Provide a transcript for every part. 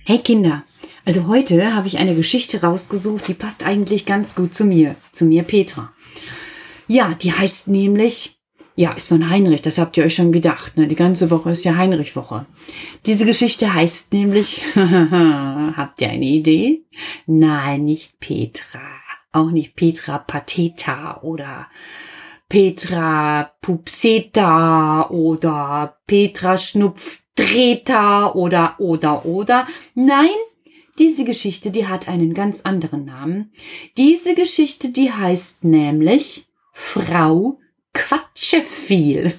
Hey Kinder, also heute habe ich eine Geschichte rausgesucht, die passt eigentlich ganz gut zu mir Petra. Ja, die heißt nämlich, ist von Heinrich, das habt ihr euch schon gedacht, ne? Die ganze Woche ist ja Heinrich-Woche. Diese Geschichte heißt nämlich, habt ihr eine Idee? Nein, nicht Petra, auch nicht Petra Pateta oder Petra Pupseta oder Petra Schnupfdreta oder. Nein, diese Geschichte, die hat einen ganz anderen Namen. Diese Geschichte, die heißt nämlich Frau Quatscheviel.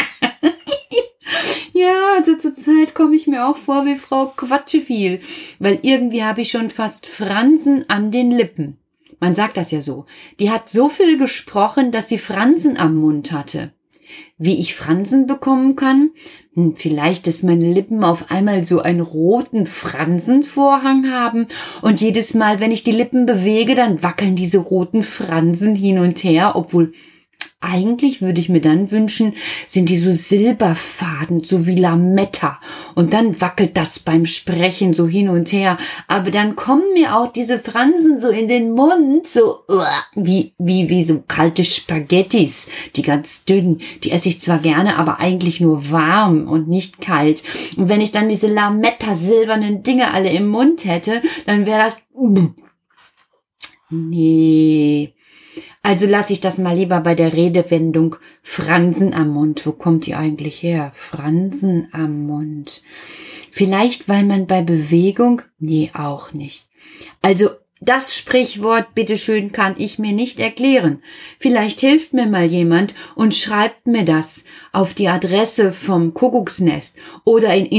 Ja, also zurzeit komme ich mir auch vor wie Frau Quatscheviel, weil irgendwie habe ich schon fast Fransen an den Lippen. Man sagt das ja so. Die hat so viel gesprochen, dass sie Fransen am Mund hatte. Wie ich Fransen bekommen kann? Vielleicht, dass meine Lippen auf einmal so einen roten Fransenvorhang haben und jedes Mal, wenn ich die Lippen bewege, dann wackeln diese roten Fransen hin und her, obwohl eigentlich würde ich mir dann wünschen, sind die so silberfaden, so wie Lametta. Und dann wackelt das beim Sprechen so hin und her. Aber dann kommen mir auch diese Fransen so in den Mund, so wie so kalte Spaghettis, die ganz dünn. Die esse ich zwar gerne, aber eigentlich nur warm und nicht kalt. Und wenn ich dann diese Lametta-silbernen Dinge alle im Mund hätte, dann wäre das... Nee... Also lasse ich das mal lieber bei der Redewendung Fransen am Mund. Wo kommt die eigentlich her? Fransen am Mund. Vielleicht, weil man bei Bewegung? Nee, auch nicht. Also das Sprichwort, bitteschön, kann ich mir nicht erklären. Vielleicht hilft mir mal jemand und schreibt mir das auf die Adresse vom Kuckucksnest oder in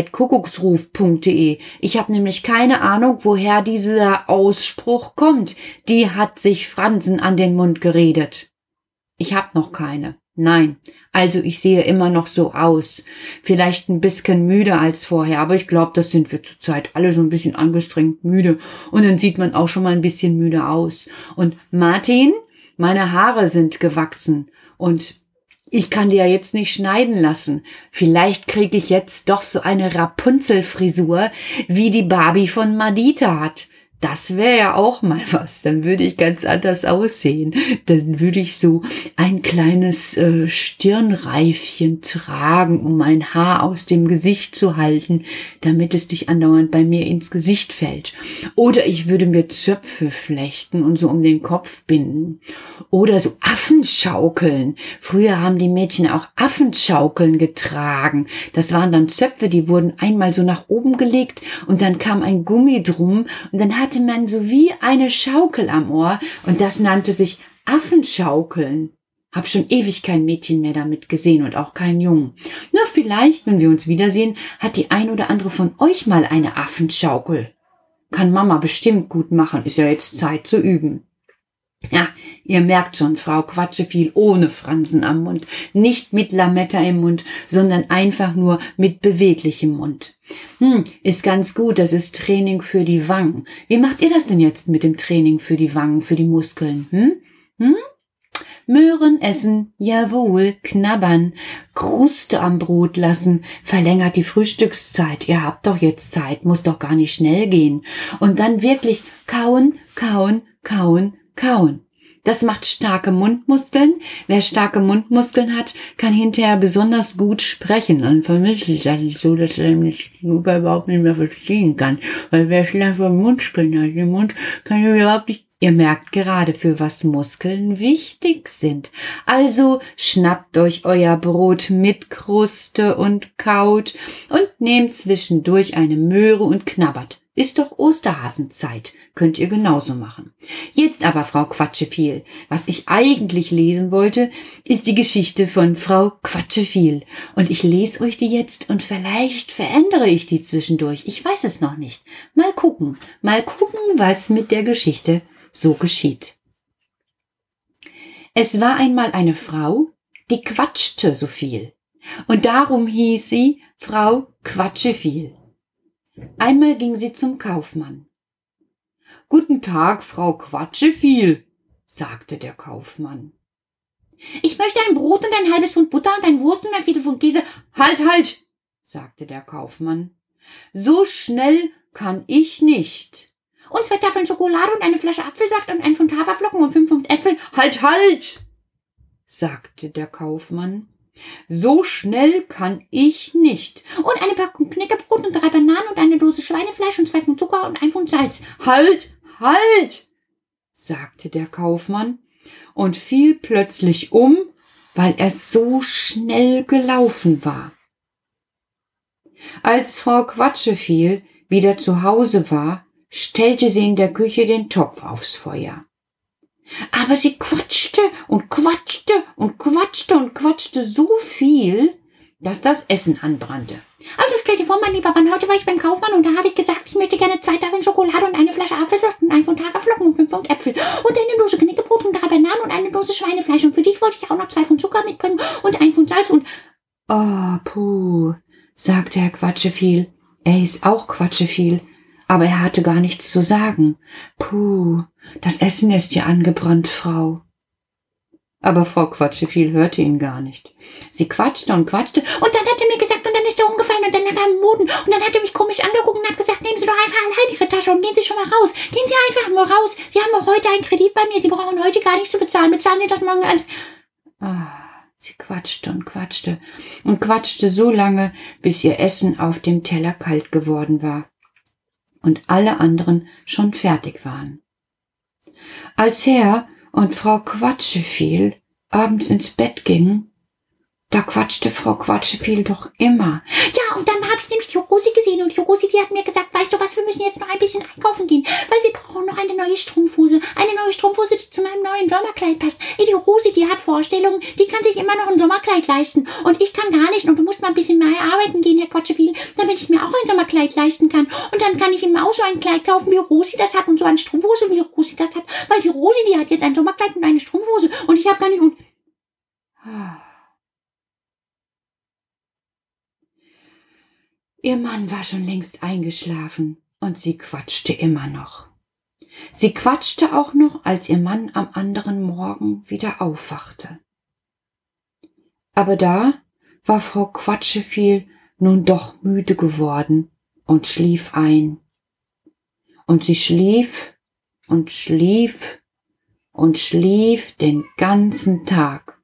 info@kuckucksruf.de. Ich habe nämlich keine Ahnung, woher dieser Ausspruch kommt. Die hat sich Fransen an den Mund geredet. Ich habe noch keine. Nein, also ich sehe immer noch so aus. Vielleicht ein bisschen müde als vorher, aber ich glaube, das sind wir zurzeit alle so ein bisschen angestrengt müde. Und dann sieht man auch schon mal ein bisschen müde aus. Und Martin, meine Haare sind gewachsen und ich kann die ja jetzt nicht schneiden lassen. Vielleicht kriege ich jetzt doch so eine Rapunzel-Frisur, wie die Barbie von Madita hat. Das wäre ja auch mal was. Dann würde ich ganz anders aussehen. Dann würde ich so ein kleines Stirnreifchen tragen, um mein Haar aus dem Gesicht zu halten, damit es nicht andauernd bei mir ins Gesicht fällt. Oder ich würde mir Zöpfe flechten und so um den Kopf binden. Oder so Affenschaukeln. Früher haben die Mädchen auch Affenschaukeln getragen. Das waren dann Zöpfe, die wurden einmal so nach oben gelegt und dann kam ein Gummi drum und dann hatte man so wie eine Schaukel am Ohr und das nannte sich Affenschaukeln. Hab schon ewig kein Mädchen mehr damit gesehen und auch keinen Jungen. Nur vielleicht, wenn wir uns wiedersehen, hat die ein oder andere von euch mal eine Affenschaukel. Kann Mama bestimmt gut machen, ist ja jetzt Zeit zu üben. Ja, ihr merkt schon, Frau Quatscheviel ohne Fransen am Mund, nicht mit Lametta im Mund, sondern einfach nur mit beweglichem Mund. Ist ganz gut, das ist Training für die Wangen. Wie macht ihr das denn jetzt mit dem Training für die Wangen, für die Muskeln? Möhren essen, jawohl, knabbern, Kruste am Brot lassen, verlängert die Frühstückszeit. Ihr habt doch jetzt Zeit, muss doch gar nicht schnell gehen. Und dann wirklich kauen, kauen, kauen, kauen. Das macht starke Mundmuskeln. Wer starke Mundmuskeln hat, kann hinterher besonders gut sprechen. Und für mich ist das nicht so, dass er mich überhaupt nicht mehr verstehen kann. Weil wer schlaffe Muskeln hat im Mund, kann überhaupt nicht. Ihr merkt gerade, für was Muskeln wichtig sind. Also schnappt euch euer Brot mit Kruste und kaut und nehmt zwischendurch eine Möhre und knabbert. Ist doch Osterhasenzeit. Könnt ihr genauso machen. Jetzt aber, Frau Quatscheviel, was ich eigentlich lesen wollte, ist die Geschichte von Frau Quatscheviel. Und ich lese euch die jetzt und vielleicht verändere ich die zwischendurch. Ich weiß es noch nicht. Mal gucken, was mit der Geschichte so geschieht. Es war einmal eine Frau, die quatschte so viel. Und darum hieß sie Frau Quatscheviel. Einmal ging sie zum Kaufmann. »Guten Tag, Frau Quatscheviel«, sagte der Kaufmann. »Ich möchte ein Brot und ein halbes Pfund Butter und ein Wurst und ein Viertel Pfund Käse.« »Halt, halt«, sagte der Kaufmann. »So schnell kann ich nicht. Und 2 Tafeln Schokolade und eine Flasche Apfelsaft und ein Pfund Haferflocken und 5 Pfund Äpfel. Halt, sagte der Kaufmann. So schnell kann ich nicht. Und eine Packung Knäckebrot und 3 Bananen und eine Dose Schweinefleisch und 2 Pfund Zucker und 1 Pfund Salz. Halt, sagte der Kaufmann und fiel plötzlich um, weil er so schnell gelaufen war. Als Frau Quatscheviel wieder zu Hause war, stellte sie in der Küche den Topf aufs Feuer. Aber sie quatschte und quatschte und quatschte und quatschte so viel, dass das Essen anbrannte. Also stell dir vor, mein lieber Mann, heute war ich beim Kaufmann und da habe ich gesagt, ich möchte gerne 2 Tafeln Schokolade und eine Flasche Apfelsaft und 1 Pfund Haferflocken und 5 Pfund Äpfel und eine Dose Knäckebrot und 3 Bananen und eine Dose Schweinefleisch und für dich wollte ich auch noch 2 Pfund Zucker mitbringen und 1 Pfund Salz und... Oh, puh, sagte Herr Quatscheviel. Er hieß auch Quatscheviel, aber er hatte gar nichts zu sagen. Puh, das Essen ist ja angebrannt, Frau. Aber Frau Quatscheviel hörte ihn gar nicht. Sie quatschte und quatschte und dann hat er mir gesagt, und dann ist er umgefallen und dann lag er am Boden und dann hat er mich komisch angeguckt und hat gesagt, nehmen Sie doch einfach allein Ihre Tasche und gehen Sie schon mal raus. Gehen Sie einfach nur raus. Sie haben auch heute einen Kredit bei mir. Sie brauchen heute gar nicht zu bezahlen. Bezahlen Sie das morgen an. Sie quatschte und quatschte so lange, bis ihr Essen auf dem Teller kalt geworden war und alle anderen schon fertig waren. Als Herr und Frau Quatscheviel abends ins Bett gingen, da quatschte Frau Quatscheviel doch immer. Ja, und dann habe ich nämlich die Rosi gesehen und die Rosi, die hat mir gesagt, weißt du was, wir müssen jetzt noch ein bisschen einkaufen gehen, weil wir brauchen noch eine neue Strumpfhose. Eine neue Strumpfhose, die zu meinem neuen Sommerkleid passt. Die Rosi, die hat Vorstellungen, die kann sich immer noch ein Sommerkleid leisten und ich kann gar nicht und du musst mal ein bisschen mehr arbeiten gehen, Herr Quatscheviel, damit ich mir auch ein Sommerkleid leisten kann. Und dann kann ich ihm auch so ein Kleid kaufen, wie Rosi das hat und so eine Strumpfhose, wie Rosi das hat, weil die Rosi, die hat jetzt ein Sommerkleid und eine Strumpfhose und ich habe gar nicht und... Ihr Mann war schon längst eingeschlafen und sie quatschte immer noch. Sie quatschte auch noch, als ihr Mann am anderen Morgen wieder aufwachte. Aber da war Frau Quatscheviel nun doch müde geworden und schlief ein. Und sie schlief und schlief und schlief den ganzen Tag.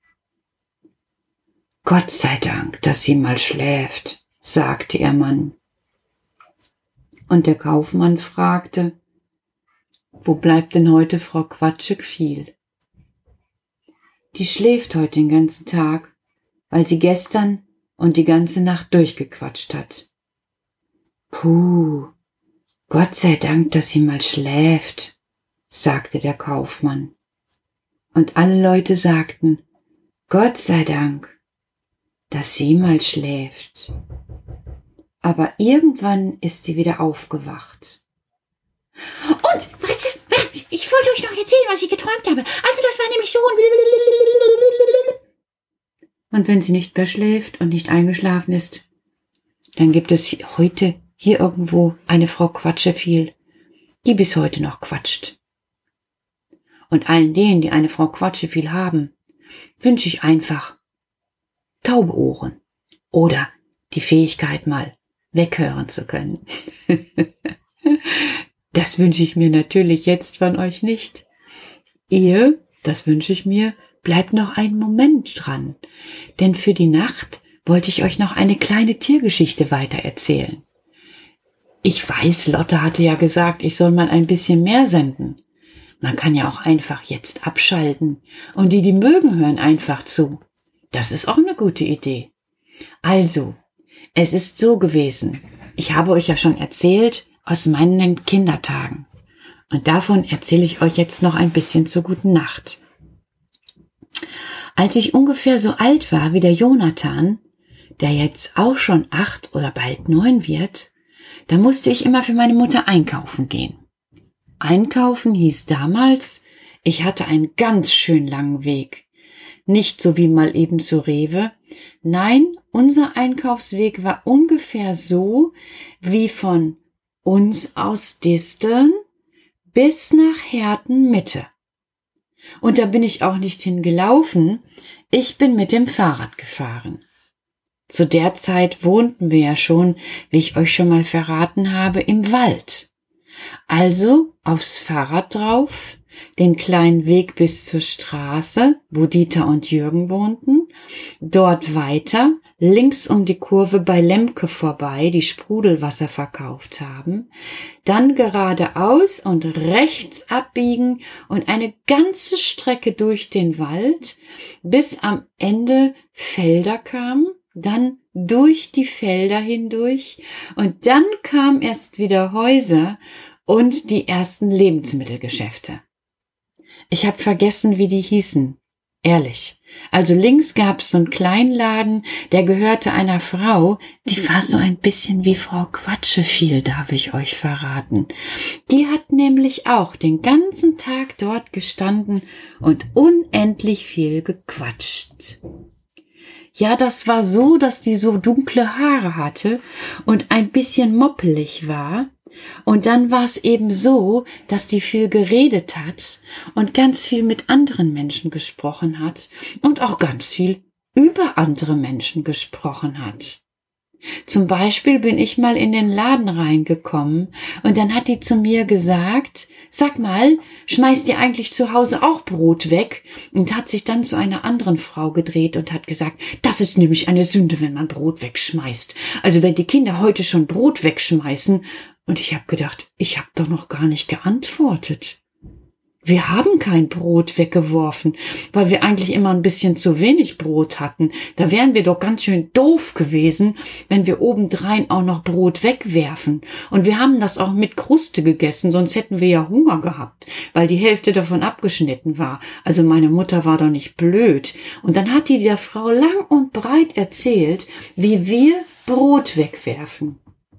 Gott sei Dank, dass sie mal schläft, sagte ihr Mann. Und der Kaufmann fragte, wo bleibt denn heute Frau Quatscheviel? Die schläft heute den ganzen Tag, weil sie gestern und die ganze Nacht durchgequatscht hat. Puh, Gott sei Dank, dass sie mal schläft, sagte der Kaufmann. Und alle Leute sagten, Gott sei Dank, dass sie mal schläft. Aber irgendwann ist sie wieder aufgewacht. Und, was, ich wollte euch noch erzählen, was ich geträumt habe. Also das war nämlich so. Und wenn sie nicht mehr schläft und nicht eingeschlafen ist, dann gibt es heute hier irgendwo eine Frau Quatscheviel, die bis heute noch quatscht. Und allen denen, die eine Frau Quatscheviel haben, wünsche ich einfach taube Ohren oder die Fähigkeit, mal weghören zu können. Das wünsche ich mir natürlich jetzt von euch nicht. Ihr, das wünsche ich mir, bleibt noch einen Moment dran, denn für die Nacht wollte ich euch noch eine kleine Tiergeschichte weitererzählen. Ich weiß, Lotte hatte ja gesagt, ich soll mal ein bisschen mehr senden. Man kann ja auch einfach jetzt abschalten und die mögen, hören einfach zu. Das ist auch eine gute Idee. Also, es ist so gewesen. Ich habe euch ja schon erzählt aus meinen Kindertagen. Und davon erzähle ich euch jetzt noch ein bisschen zur guten Nacht. Als ich ungefähr so alt war wie der Jonathan, der jetzt auch schon 8 oder bald 9 wird, da musste ich immer für meine Mutter einkaufen gehen. Einkaufen hieß damals, ich hatte einen ganz schön langen Weg. Nicht so wie mal eben zu Rewe. Nein, unser Einkaufsweg war ungefähr so wie von uns aus Disteln bis nach Herten-Mitte. Und da bin ich auch nicht hingelaufen, ich bin mit dem Fahrrad gefahren. Zu der Zeit wohnten wir ja schon, wie ich euch schon mal verraten habe, im Wald. Also aufs Fahrrad drauf, den kleinen Weg bis zur Straße, wo Dieter und Jürgen wohnten, dort weiter, links um die Kurve bei Lemke vorbei, die Sprudelwasser verkauft haben, dann geradeaus und rechts abbiegen und eine ganze Strecke durch den Wald, bis am Ende Felder kamen, dann durch die Felder hindurch und dann kamen erst wieder Häuser und die ersten Lebensmittelgeschäfte. Ich habe vergessen, wie die hießen. Ehrlich. Also links gab's so einen kleinen Laden, der gehörte einer Frau, die war so ein bisschen wie Frau Quatscheviel, darf ich euch verraten. Die hat nämlich auch den ganzen Tag dort gestanden und unendlich viel gequatscht. Ja, das war so, dass die so dunkle Haare hatte und ein bisschen moppelig war. Und dann war es eben so, dass die viel geredet hat und ganz viel mit anderen Menschen gesprochen hat und auch ganz viel über andere Menschen gesprochen hat. Zum Beispiel bin ich mal in den Laden reingekommen und dann hat die zu mir gesagt, sag mal, schmeißt ihr eigentlich zu Hause auch Brot weg? Und hat sich dann zu einer anderen Frau gedreht und hat gesagt, das ist nämlich eine Sünde, wenn man Brot wegschmeißt. Also wenn die Kinder heute schon Brot wegschmeißen. Und ich habe gedacht, ich habe doch noch gar nicht geantwortet. Wir haben kein Brot weggeworfen, weil wir eigentlich immer ein bisschen zu wenig Brot hatten. Da wären wir doch ganz schön doof gewesen, wenn wir obendrein auch noch Brot wegwerfen. Und wir haben das auch mit Kruste gegessen, sonst hätten wir ja Hunger gehabt, weil die Hälfte davon abgeschnitten war. Also meine Mutter war doch nicht blöd. Und dann hat die der Frau lang und breit erzählt, wie wir Brot wegwerfen.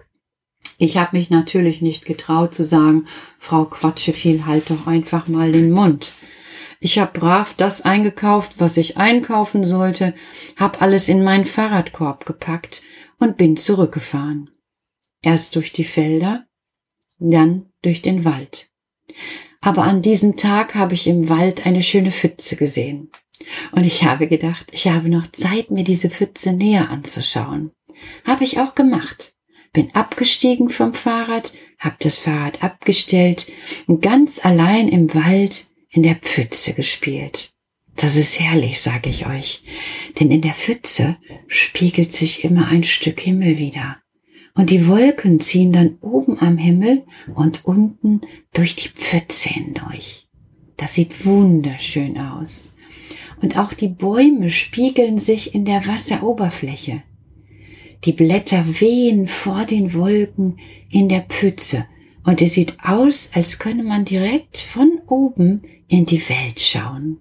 Ich habe mich natürlich nicht getraut zu sagen, Frau Quatscheviel, halt doch einfach mal den Mund. Ich habe brav das eingekauft, was ich einkaufen sollte, habe alles in meinen Fahrradkorb gepackt und bin zurückgefahren. Erst durch die Felder, dann durch den Wald. Aber an diesem Tag habe ich im Wald eine schöne Pfütze gesehen. Und ich habe gedacht, ich habe noch Zeit, mir diese Pfütze näher anzuschauen. Habe ich auch gemacht. Bin abgestiegen vom Fahrrad, hab das Fahrrad abgestellt und ganz allein im Wald in der Pfütze gespielt. Das ist herrlich, sage ich euch, denn in der Pfütze spiegelt sich immer ein Stück Himmel wieder. Und die Wolken ziehen dann oben am Himmel und unten durch die Pfütze hindurch. Das sieht wunderschön aus. Und auch die Bäume spiegeln sich in der Wasseroberfläche. Die Blätter wehen vor den Wolken in der Pfütze und es sieht aus, als könne man direkt von oben in die Welt schauen.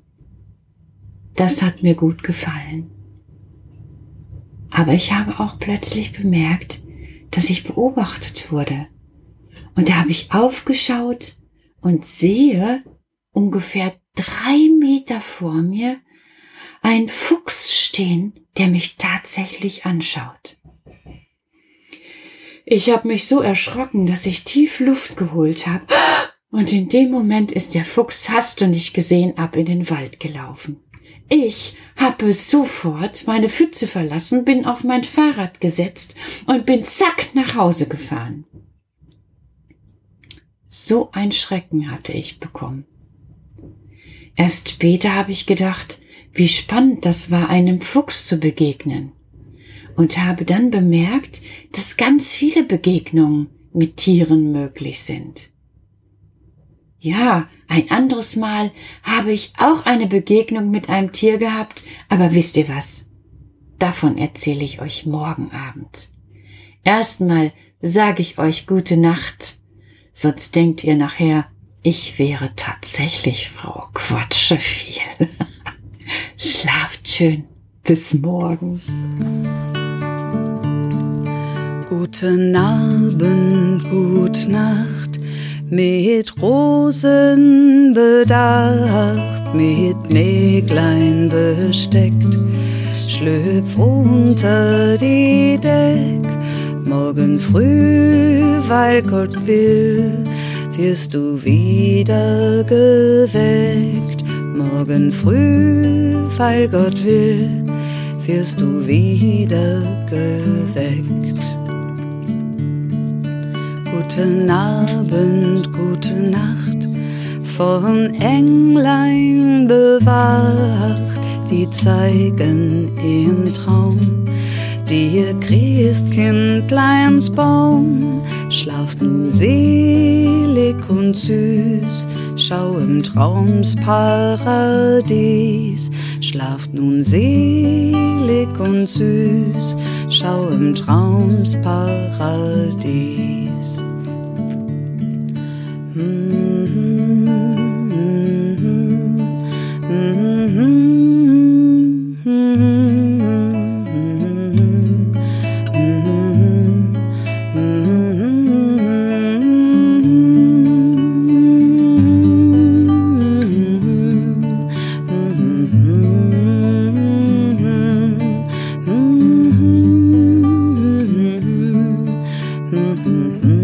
Das hat mir gut gefallen. Aber ich habe auch plötzlich bemerkt, dass ich beobachtet wurde. Und da habe ich aufgeschaut und sehe ungefähr 3 Meter vor mir einen Fuchs stehen, der mich tatsächlich anschaut. Ich habe mich so erschrocken, dass ich tief Luft geholt habe und in dem Moment ist der Fuchs, hast du nicht gesehen, ab in den Wald gelaufen. Ich habe sofort meine Pfütze verlassen, bin auf mein Fahrrad gesetzt und bin zack nach Hause gefahren. So ein Schrecken hatte ich bekommen. Erst später habe ich gedacht, wie spannend das war, einem Fuchs zu begegnen. Und habe dann bemerkt, dass ganz viele Begegnungen mit Tieren möglich sind. Ja, ein anderes Mal habe ich auch eine Begegnung mit einem Tier gehabt, aber wisst ihr was? Davon erzähle ich euch morgen Abend. Erstmal sage ich euch gute Nacht, sonst denkt ihr nachher, ich wäre tatsächlich Frau Quatscheviel. Schlaft schön, bis morgen. Guten Abend, gut Nacht, mit Rosen bedacht, mit Näglein besteckt, schlüpf unter die Deck, morgen früh, weil Gott will, wirst du wieder geweckt, morgen früh, weil Gott will, wirst du wieder geweckt. Guten Abend, gute Nacht, von Englein bewacht, die zeigen im Traum dir Christkindleins Baum. Schlaf nun selig und süß, schau im Traumsparadies. Schlaf nun selig und süß, schau im Traumsparadies. Mm-hmm.